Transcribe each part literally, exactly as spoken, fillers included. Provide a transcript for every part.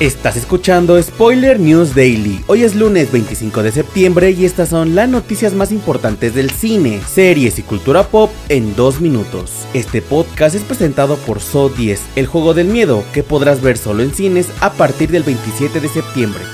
Estás escuchando Spoiler News Daily. Hoy es lunes veinticinco de septiembre y estas son las noticias más importantes del cine, series y cultura pop en dos minutos. Este podcast es presentado por Saw diez, el juego del miedo, que podrás ver solo en cines a partir del veintisiete de septiembre.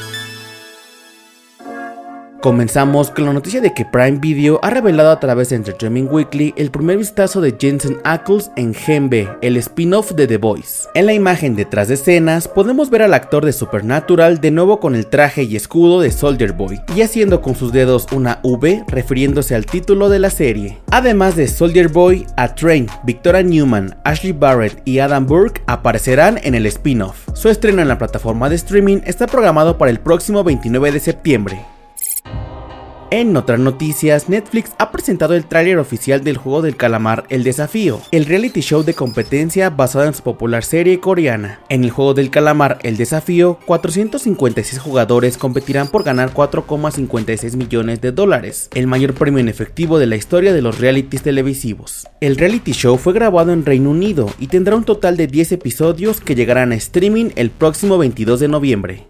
Comenzamos con la noticia de que Prime Video ha revelado a través de Entertainment Weekly el primer vistazo de Jensen Ackles en Gen V, el spin-off de The Boys. En la imagen detrás de escenas podemos ver al actor de Supernatural de nuevo con el traje y escudo de Soldier Boy y haciendo con sus dedos una V refiriéndose al título de la serie. Además de Soldier Boy, A Train, Victoria Newman, Ashley Barrett y Adam Burke aparecerán en el spin-off. Su estreno en la plataforma de streaming está programado para el próximo veintinueve de septiembre. En otras noticias, Netflix ha presentado el tráiler oficial del juego del calamar El Desafío, el reality show de competencia basado en su popular serie coreana. En el juego del calamar El Desafío, cuatrocientos cincuenta y seis jugadores competirán por ganar cuatro coma cincuenta y seis millones de dólares, el mayor premio en efectivo de la historia de los realities televisivos. El reality show fue grabado en Reino Unido y tendrá un total de diez episodios que llegarán a streaming el próximo veintidós de noviembre.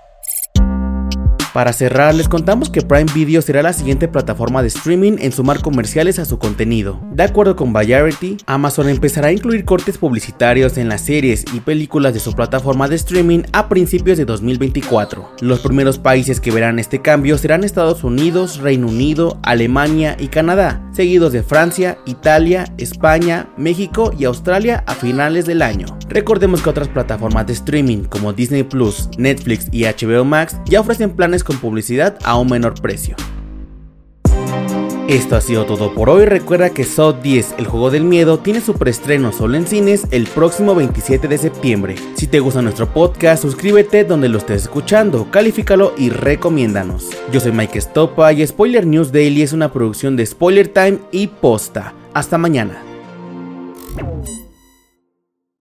Para cerrar, les contamos que Prime Video será la siguiente plataforma de streaming en sumar comerciales a su contenido. De acuerdo con Variety, Amazon empezará a incluir cortes publicitarios en las series y películas de su plataforma de streaming a principios de dos mil veinticuatro. Los primeros países que verán este cambio serán Estados Unidos, Reino Unido, Alemania y Canadá, seguidos de Francia, Italia, España, México y Australia a finales del año. Recordemos que otras plataformas de streaming como Disney Plus, Netflix y H B O Max ya ofrecen planes con publicidad a un menor precio. Esto ha sido todo por hoy. Recuerda que Saw diez, el juego del miedo, tiene su preestreno solo en cines el próximo veintisiete de septiembre. Si te gusta nuestro podcast, suscríbete donde lo estés escuchando, califícalo y recomiéndanos. Yo soy Mike Estopa y Spoiler News Daily es una producción de Spoiler Time y Posta. Hasta mañana.